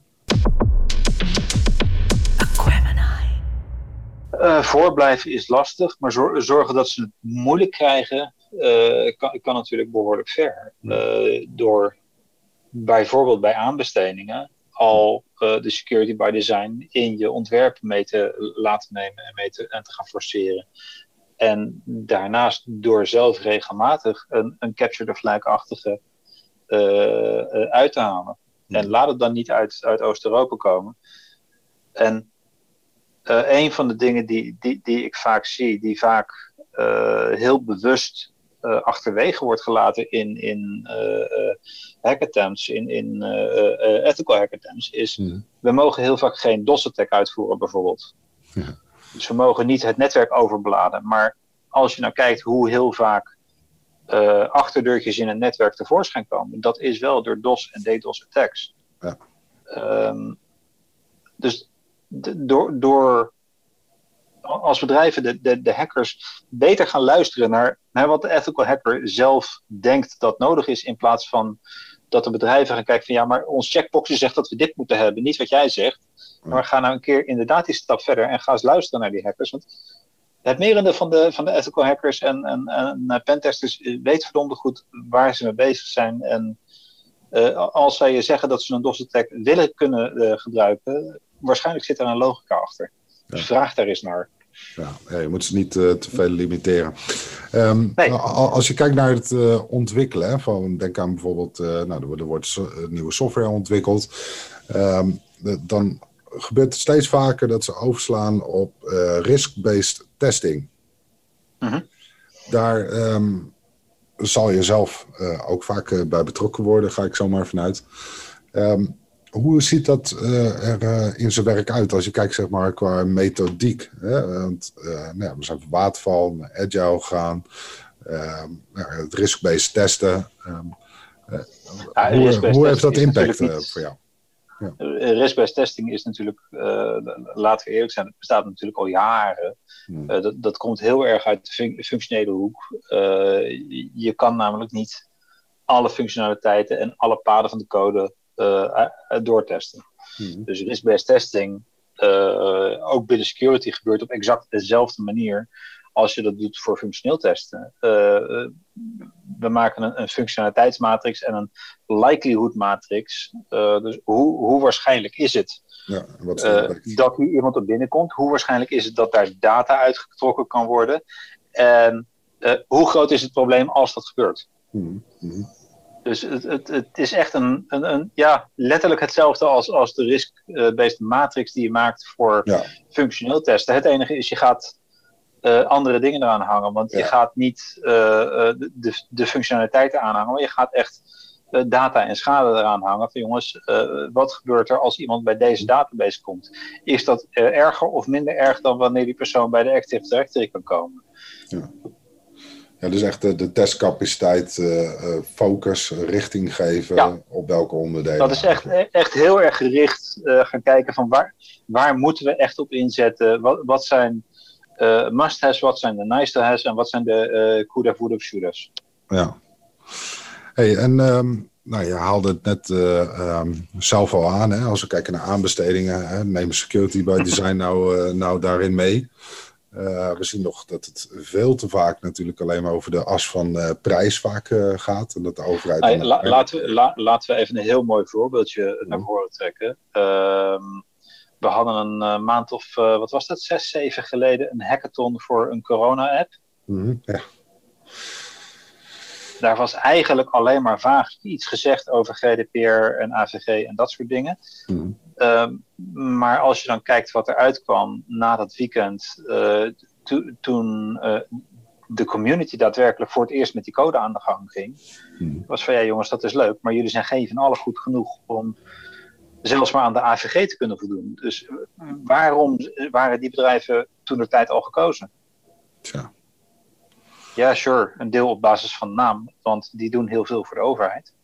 Voorblijven is lastig, maar zorgen dat ze het moeilijk krijgen, kan natuurlijk behoorlijk ver. Door bijvoorbeeld bij aanbestedingen al de security by design in je ontwerp mee te laten nemen en te gaan forceren. En daarnaast door zelf regelmatig een capture the flag-achtige uit te halen. En laat het dan niet uit Oost-Europa komen. En een van de dingen die ik vaak zie, die vaak heel bewust achterwege wordt gelaten in hackattempts, in ethical hackattempts, is we mogen heel vaak geen DOS-attack uitvoeren bijvoorbeeld. Ja. Dus we mogen niet het netwerk overbeladen. Maar als je nou kijkt hoe heel vaak achterdeurtjes in een netwerk tevoorschijn komen, dat is wel door DOS en DDoS attacks. Ja. Dus door als bedrijven de hackers beter gaan luisteren naar wat de ethical hacker zelf denkt dat nodig is, in plaats van dat de bedrijven gaan kijken van ja, maar ons checkboxje zegt dat we dit moeten hebben, niet wat jij zegt. Maar ga nou een keer inderdaad die stap verder en ga eens luisteren naar die hackers. Want het merendeel van de ethical hackers en pentesters weet verdomd goed waar ze mee bezig zijn. En als zij je zeggen dat ze een DOS-attack willen kunnen gebruiken, waarschijnlijk zit er een logica achter. Dus vraag daar eens naar. Ja, je moet ze niet te veel limiteren. Nee. Als je kijkt naar het ontwikkelen, hè, denk aan bijvoorbeeld, er wordt nieuwe software ontwikkeld. Dan gebeurt het steeds vaker dat ze overslaan op risk-based testing. Mm-hmm. Daar zal je zelf ook vaak bij betrokken worden, ga ik zo maar vanuit. Hoe ziet dat er in zijn werk uit als je kijkt zeg maar, qua methodiek? Hè? Want we zijn van waterval naar agile gaan, het risk-based testen. Hoe heeft dat impact voor jou? Ja. Risk-based testing is natuurlijk, laten we eerlijk zijn, het bestaat natuurlijk al jaren. Dat komt heel erg uit de functionele hoek. Je kan namelijk niet alle functionaliteiten en alle paden van de code doortesten. Dus risk-based testing, ook binnen security, gebeurt op exact dezelfde manier als je dat doet voor functioneel testen. We maken een functionaliteitsmatrix en een likelihood matrix. Dus hoe waarschijnlijk is het dat hier iemand op binnenkomt? Hoe waarschijnlijk is het dat daar data uitgetrokken kan worden? En hoe groot is het probleem als dat gebeurt? Dus het is echt letterlijk hetzelfde als de risk-based matrix die je maakt voor functioneel testen. Het enige is, je gaat andere dingen eraan hangen. Want je gaat niet de functionaliteiten aanhangen, maar je gaat echt data en schade eraan hangen. Van jongens, wat gebeurt er als iemand bij deze database komt? Is dat erger of minder erg dan wanneer die persoon bij de Active Directory kan komen? Ja, dus echt de testcapaciteit, focus, richting geven op welke onderdelen. Dat is echt heel erg gericht gaan kijken van waar moeten we echt op inzetten? Wat zijn must-haves, wat zijn de nice-to-haves en wat zijn de could-have, would-have, should-haves? Ja. Hey, en je haalde het net zelf al aan. Hè? Als we kijken naar aanbestedingen, nemen security by design nou daarin mee. We zien nog dat het veel te vaak natuurlijk alleen maar over de as van prijs vaak gaat. En dat de overheid... Laten we even een heel mooi voorbeeldje naar voren trekken. We hadden een maand of, 6, 7 geleden een hackathon voor een corona-app. Ja. Daar was eigenlijk alleen maar vaag iets gezegd over GDPR en AVG en dat soort dingen. Maar als je dan kijkt wat er uitkwam na dat weekend, toen de community daadwerkelijk voor het eerst met die code aan de gang ging, was van ja jongens, dat is leuk, maar jullie zijn geen van allen goed genoeg om zelfs maar aan de AVG te kunnen voldoen. Dus waarom waren die bedrijven toentertijd al gekozen? Tja. Ja, sure, een deel op basis van naam, want die doen heel veel voor de overheid.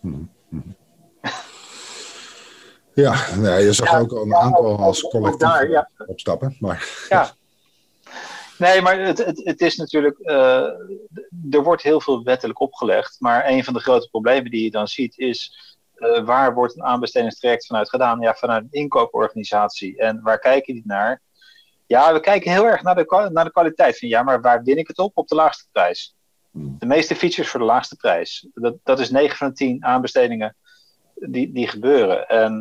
Ja, nee, je zag ook al een aantal als collectief opstappen. Maar... Ja. Nee, maar het is natuurlijk... er wordt heel veel wettelijk opgelegd, maar een van de grote problemen die je dan ziet is... waar wordt een aanbestedingstraject vanuit gedaan? Ja, vanuit een inkooporganisatie. En waar kijken die naar? Ja, we kijken heel erg naar de kwaliteit van ja, maar waar win ik het op? Op de laagste prijs. De meeste features voor de laagste prijs. Dat is 9 van de 10 aanbestedingen die gebeuren. En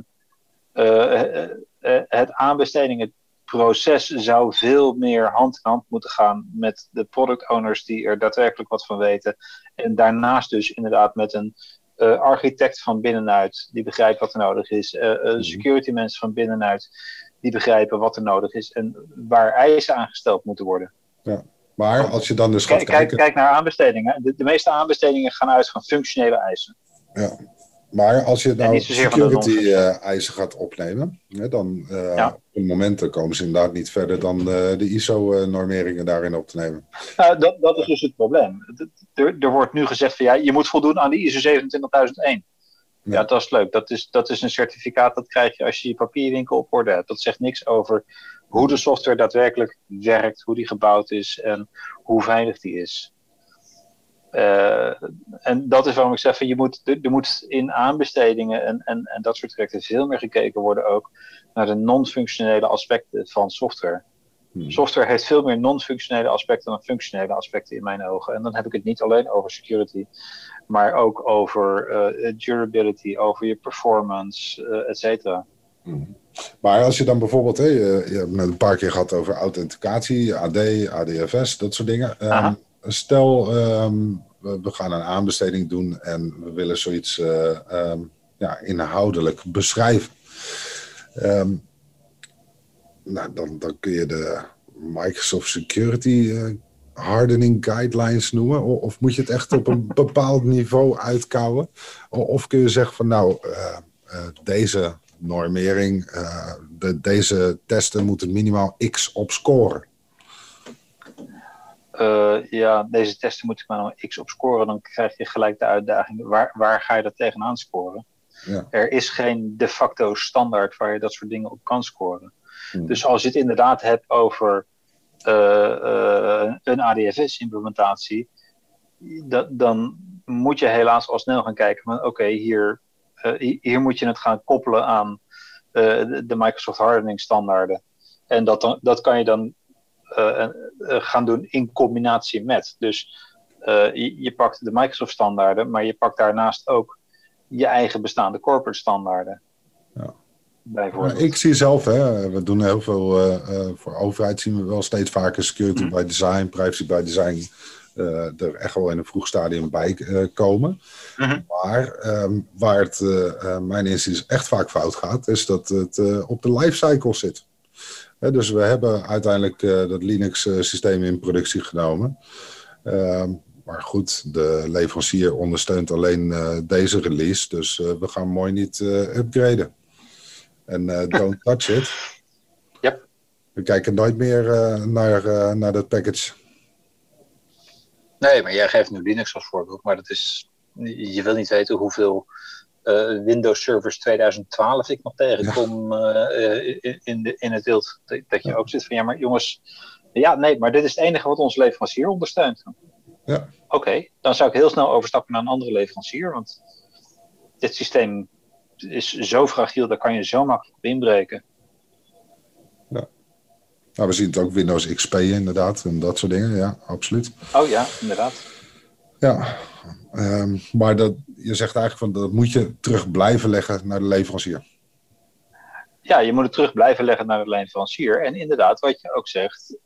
het aanbestedingenproces zou veel meer hand in hand moeten gaan met de product owners die er daadwerkelijk wat van weten. En daarnaast dus inderdaad met een architect van binnenuit die begrijpt wat er nodig is. Security mensen van binnenuit die begrijpen wat er nodig is en waar eisen aangesteld moeten worden. Ja, maar als je dan dus gaat kijken... Kijk naar aanbestedingen. De meeste aanbestedingen gaan uit van functionele eisen. Ja, maar als je nou security eisen gaat opnemen, dan op een moment komen ze inderdaad niet verder dan de ISO-normeringen daarin op te nemen. Dat is dus het probleem. Er wordt nu gezegd van ja, je moet voldoen aan die ISO 27001. Ja, dat is leuk. Dat is een certificaat dat krijg je als je je papierwinkel op orde hebt. Dat zegt niks over hoe de software daadwerkelijk werkt, hoe die gebouwd is en hoe veilig die is. En dat is waarom ik zeg van er moet in aanbestedingen en dat soort trajecten veel meer gekeken worden ook naar de non-functionele aspecten van software. Software heeft veel meer non-functionele aspecten dan functionele aspecten in mijn ogen. En dan heb ik het niet alleen over security, maar ook over durability, over je performance, et cetera. Maar als je dan bijvoorbeeld, je hebt het een paar keer gehad over authenticatie, AD, ADFS, dat soort dingen. Stel, we gaan een aanbesteding doen en we willen zoiets inhoudelijk beschrijven. Dan kun je de Microsoft Security Hardening Guidelines noemen. Of moet je het echt op een bepaald niveau uitkouwen? Of kun je zeggen van deze normering, deze testen moeten minimaal X op scoren? Deze testen moeten maar nog X op scoren. Dan krijg je gelijk de uitdaging. Waar ga je dat tegenaan scoren? Ja. Er is geen de facto standaard waar je dat soort dingen op kan scoren. Dus als je het inderdaad hebt over een ADFS-implementatie, dan moet je helaas al snel gaan kijken van oké, hier moet je het gaan koppelen aan de Microsoft Hardening standaarden. En dat kan je dan gaan doen in combinatie met. Dus je pakt de Microsoft standaarden, maar je pakt daarnaast ook je eigen bestaande corporate standaarden. Ja. Bijvoorbeeld. Ik zie zelf, we doen heel veel voor overheid, zien we wel steeds vaker security by design, privacy by design er echt wel in een vroeg stadium bij komen. Maar waar het mijn inziens echt vaak fout gaat, is dat het op de lifecycle zit. Dus we hebben uiteindelijk dat Linux-systeem in productie genomen. Maar goed, de leverancier ondersteunt alleen deze release. Dus we gaan mooi niet upgraden. En don't touch it. Yep. We kijken nooit meer naar dat package. Nee, maar jij geeft nu Linux als voorbeeld. Maar je wil niet weten hoeveel Windows Servers 2012 ik nog tegenkom in het wild. Dat je ook zit van, ja maar jongens, maar dit is het enige wat onze leverancier ondersteunt. Ja. Oké, dan zou ik heel snel overstappen naar een andere leverancier, want dit systeem is zo fragiel, daar kan je zo makkelijk op inbreken. Ja. Nou, we zien het ook Windows XP inderdaad en dat soort dingen, ja, absoluut. Oh ja, inderdaad. Ja, maar je zegt eigenlijk van dat moet je terug blijven leggen naar de leverancier. Ja, je moet het terug blijven leggen naar de leverancier. En inderdaad, wat je ook zegt,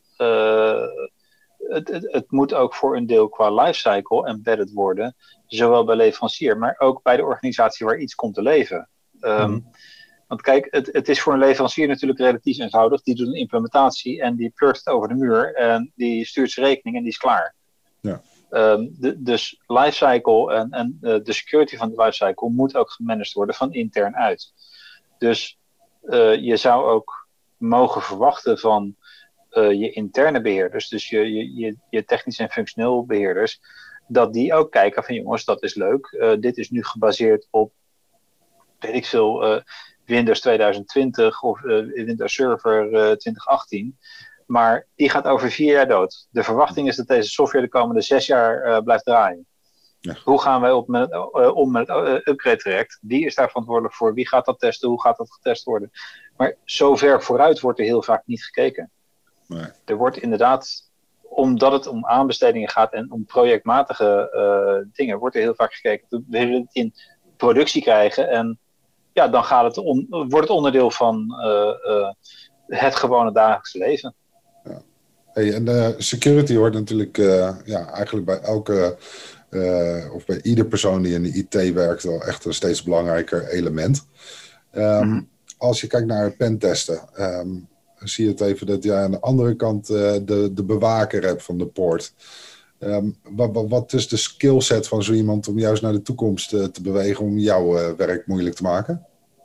het moet ook voor een deel qua lifecycle embedded worden, zowel bij leverancier, maar ook bij de organisatie waar iets komt te leven. Want kijk, het is voor een leverancier natuurlijk relatief eenvoudig. Die doet een implementatie en die pleurt het over de muur en die stuurt zijn rekening en die is klaar. Ja. Dus lifecycle en de security van de lifecycle moet ook gemanaged worden van intern uit. Dus je zou ook mogen verwachten van je interne beheerders, dus je technisch en functioneel beheerders, dat die ook kijken van jongens, dat is leuk. Dit is nu gebaseerd op, weet ik veel, Windows 2020 of Windows Server 2018. Maar die gaat over 4 jaar dood. De verwachting is dat deze software de komende 6 jaar blijft draaien. Ja. Hoe gaan wij om met het upgrade traject? Wie is daar verantwoordelijk voor? Wie gaat dat testen? Hoe gaat dat getest worden? Maar zo ver vooruit wordt er heel vaak niet gekeken. Nee. Er wordt inderdaad, omdat het om aanbestedingen gaat en om projectmatige dingen, wordt er heel vaak gekeken. We willen het in productie krijgen en ja, dan wordt het onderdeel van het gewone dagelijkse leven. Ja. Hey, en security hoort natuurlijk eigenlijk bij elke of bij ieder persoon die in de IT werkt wel echt een steeds belangrijker element. Als je kijkt naar pentesten, zie je het even dat je aan de andere kant de bewaker hebt van de poort. Wat is de skillset van zo iemand om juist naar de toekomst te bewegen om jouw werk moeilijk te maken?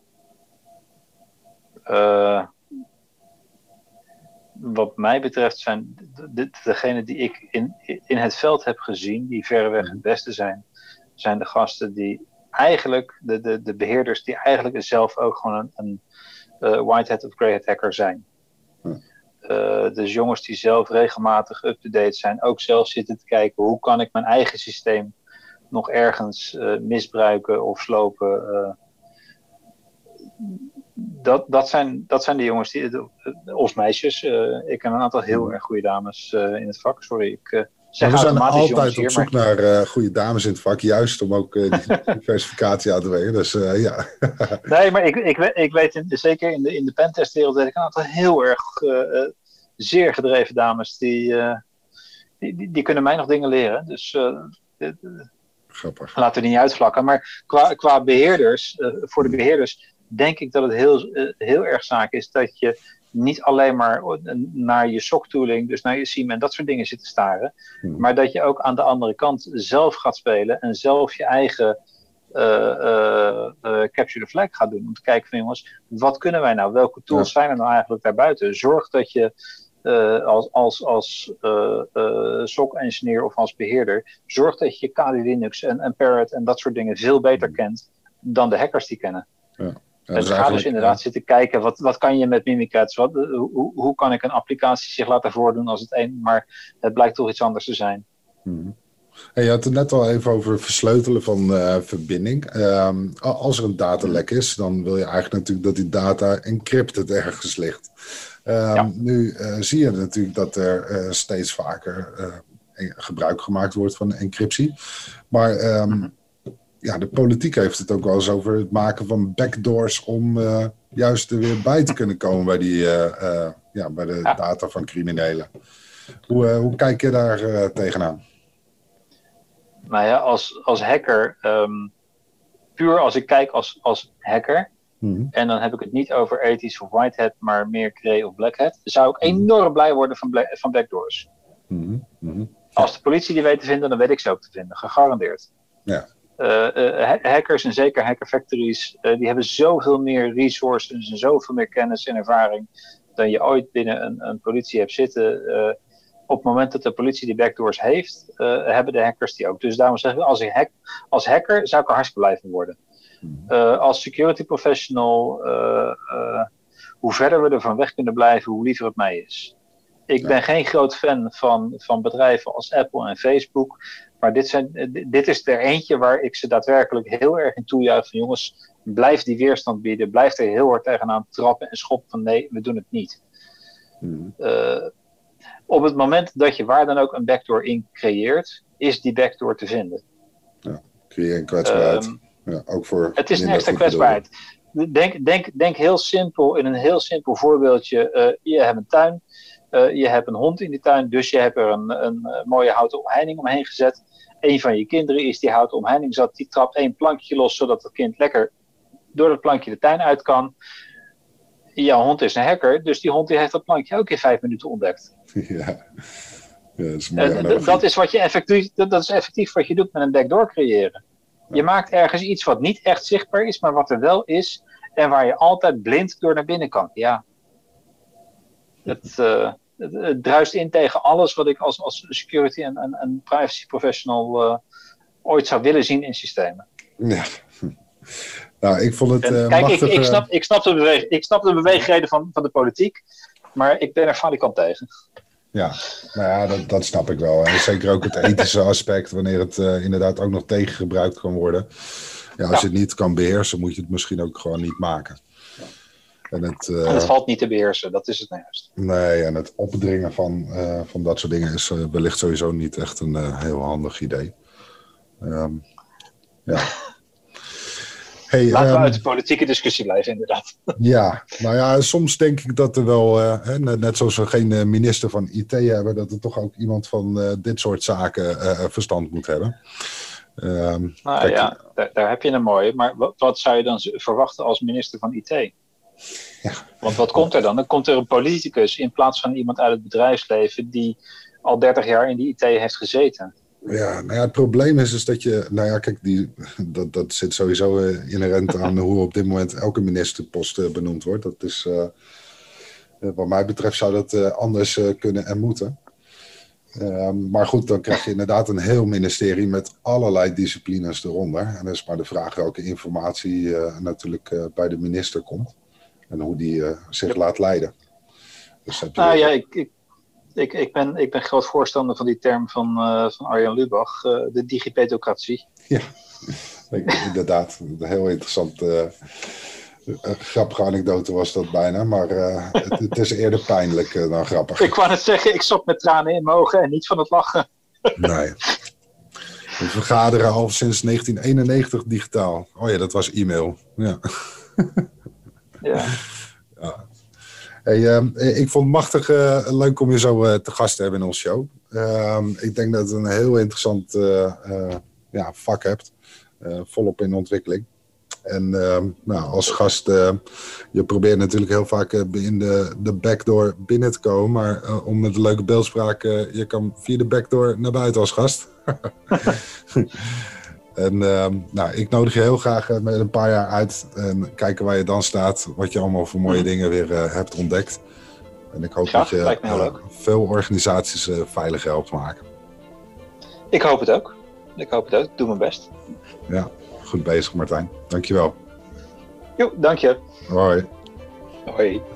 Wat mij betreft zijn degenen die ik in het veld heb gezien, die verreweg het beste zijn de gasten die eigenlijk, de beheerders die eigenlijk zelf ook gewoon een white hat of grey hat hacker zijn. Dus jongens die zelf regelmatig up-to-date zijn, ook zelf zitten te kijken hoe kan ik mijn eigen systeem nog ergens misbruiken of slopen. Dat zijn de jongens, of meisjes. Ik ken een aantal heel erg goede dames in het vak. Sorry, ik zeg we zijn altijd jongens op zoek naar goede dames in het vak, juist om ook die diversificatie aan te brengen. Dus ja. Nee, maar ik weet zeker in de pentestwereld weet ik een aantal heel erg zeer gedreven dames die kunnen mij nog dingen leren. Dus grappig. Laten we die niet uitvlakken. Maar qua beheerders, voor de beheerders, denk ik dat het heel erg zaak is dat je niet alleen maar naar je SOC-tooling, dus naar je SIEM en dat soort dingen zit te staren, maar dat je ook aan de andere kant zelf gaat spelen en zelf je eigen capture the flag gaat doen. Om te kijken van jongens, wat kunnen wij nou? Welke tools zijn er nou eigenlijk daarbuiten? Zorg dat je als SOC-engineer of als beheerder, zorg dat je Kali Linux en Parrot en dat soort dingen veel beter kent dan de hackers die kennen. Ja. En ga dus inderdaad zitten kijken, wat kan je met Mimikatz? Hoe kan ik een applicatie zich laten voordoen als het een, maar het blijkt toch iets anders te zijn. Hey, je had het net al even over versleutelen van verbinding. Als er een datalek is, dan wil je eigenlijk natuurlijk dat die data encrypted ergens ligt. Nu zie je natuurlijk dat er steeds vaker gebruik gemaakt wordt van encryptie. Maar de politiek heeft het ook wel eens over het maken van backdoors om juist er weer bij te kunnen komen bij bij de data van criminelen. Hoe kijk je daar tegenaan? Nou ja, als hacker, puur als ik kijk als hacker, en dan heb ik het niet over ethisch of white hat, maar meer grey of black hat, zou ik enorm blij worden van backdoors. Als de politie die weet te vinden, dan weet ik ze ook te vinden, gegarandeerd. Ja. Hackers en zeker hacker factories, die hebben zoveel meer resources en zoveel meer kennis en ervaring dan je ooit binnen een politie hebt zitten. Op het moment dat de politie die backdoors heeft, hebben de hackers die ook. Dus daarom zeggen we, als hacker zou ik er hartstikke blij van worden. Als security professional, hoe verder we ervan weg kunnen blijven, hoe liever het mij is. Ik ben geen groot fan van bedrijven als Apple en Facebook. Maar dit is er eentje waar ik ze daadwerkelijk heel erg in toejuich van jongens, blijf die weerstand bieden. Blijf er heel hard tegenaan trappen en schoppen van nee, we doen het niet. Op het moment dat je waar dan ook een backdoor in creëert, is die backdoor te vinden. Ja, creëer een kwetsbaarheid. Ook voor het is een extra kwetsbaarheid. Denk heel simpel, in een heel simpel voorbeeldje. Je hebt een tuin, je hebt een hond in die tuin, dus je hebt er een mooie houten omheining omheen gezet. Een van je kinderen is die houten omheining zat, die trapt 1 plankje los, zodat het kind lekker door dat plankje de tuin uit kan. Jouw hond is een hacker, dus die hond die heeft dat plankje ook in 5 minuten ontdekt. Ja. Dat is wat je effectief, dat is effectief wat je doet met een backdoor creëren. Je maakt ergens iets wat niet echt zichtbaar is, maar wat er wel is en waar je altijd blind door naar binnen kan. Ja. Het druist in tegen alles wat ik als security en privacy professional ooit zou willen zien in systemen. Ja. Nou, ik vond het kijk, machtig, ik snap de beweegreden van de politiek, maar ik ben er falikant tegen. Ja, nou ja, dat snap ik wel. En zeker ook het ethische aspect, wanneer het inderdaad ook nog tegengebruikt kan worden. Ja, als je het niet kan beheersen, moet je het misschien ook gewoon niet maken. En het valt niet te beheersen, dat is het nou juist. Nee, en het opdringen van dat soort dingen is wellicht sowieso niet echt een heel handig idee. Ja. Hey, laten we uit de politieke discussie blijven, inderdaad. Ja, nou ja, soms denk ik dat er wel, net zoals we geen minister van IT hebben, dat er toch ook iemand van dit soort zaken verstand moet hebben. Kijk, ja, daar heb je een mooie. Maar wat zou je dan verwachten als minister van IT? Ja. Want wat komt er dan? Dan komt er een politicus in plaats van iemand uit het bedrijfsleven die al 30 jaar in die IT heeft gezeten. Ja, nou ja, het probleem is dat je... Nou ja, kijk, dat zit sowieso inherent aan hoe op dit moment elke ministerpost benoemd wordt. Dat is, wat mij betreft zou dat anders kunnen en moeten. Maar goed, dan krijg je inderdaad een heel ministerie met allerlei disciplines eronder. En dan is maar de vraag welke informatie natuurlijk bij de minister komt. En hoe die zich laat leiden. Dus ik ben groot voorstander van die term van Arjen Lubach, de digipedocratie. Ja, inderdaad. Een heel interessant, grappige anekdote was dat bijna, maar het is eerder pijnlijk dan grappig. Ik wou net zeggen, ik zat met tranen in mijn ogen en niet van het lachen. Nee. We vergaderen al sinds 1991 digitaal. Oh ja, dat was e-mail. Ja. Ja. Ja. Hey, ik vond het machtig leuk om je zo te gast te hebben in onze show. Ik denk dat het een heel interessant vak hebt. Volop in ontwikkeling. En als gast, je probeert natuurlijk heel vaak in de backdoor binnen te komen. Maar om met een leuke beeldspraak, je kan via de backdoor naar buiten als gast. En ik nodig je heel graag met een paar jaar uit en kijken waar je dan staat. Wat je allemaal voor mooie dingen weer hebt ontdekt. En ik hoop dat je veel organisaties veilig helpt maken. Ik hoop het ook. Ik doe mijn best. Ja, goed bezig Martijn. Dankjewel. Jo, dank je. Hoi. Hoi.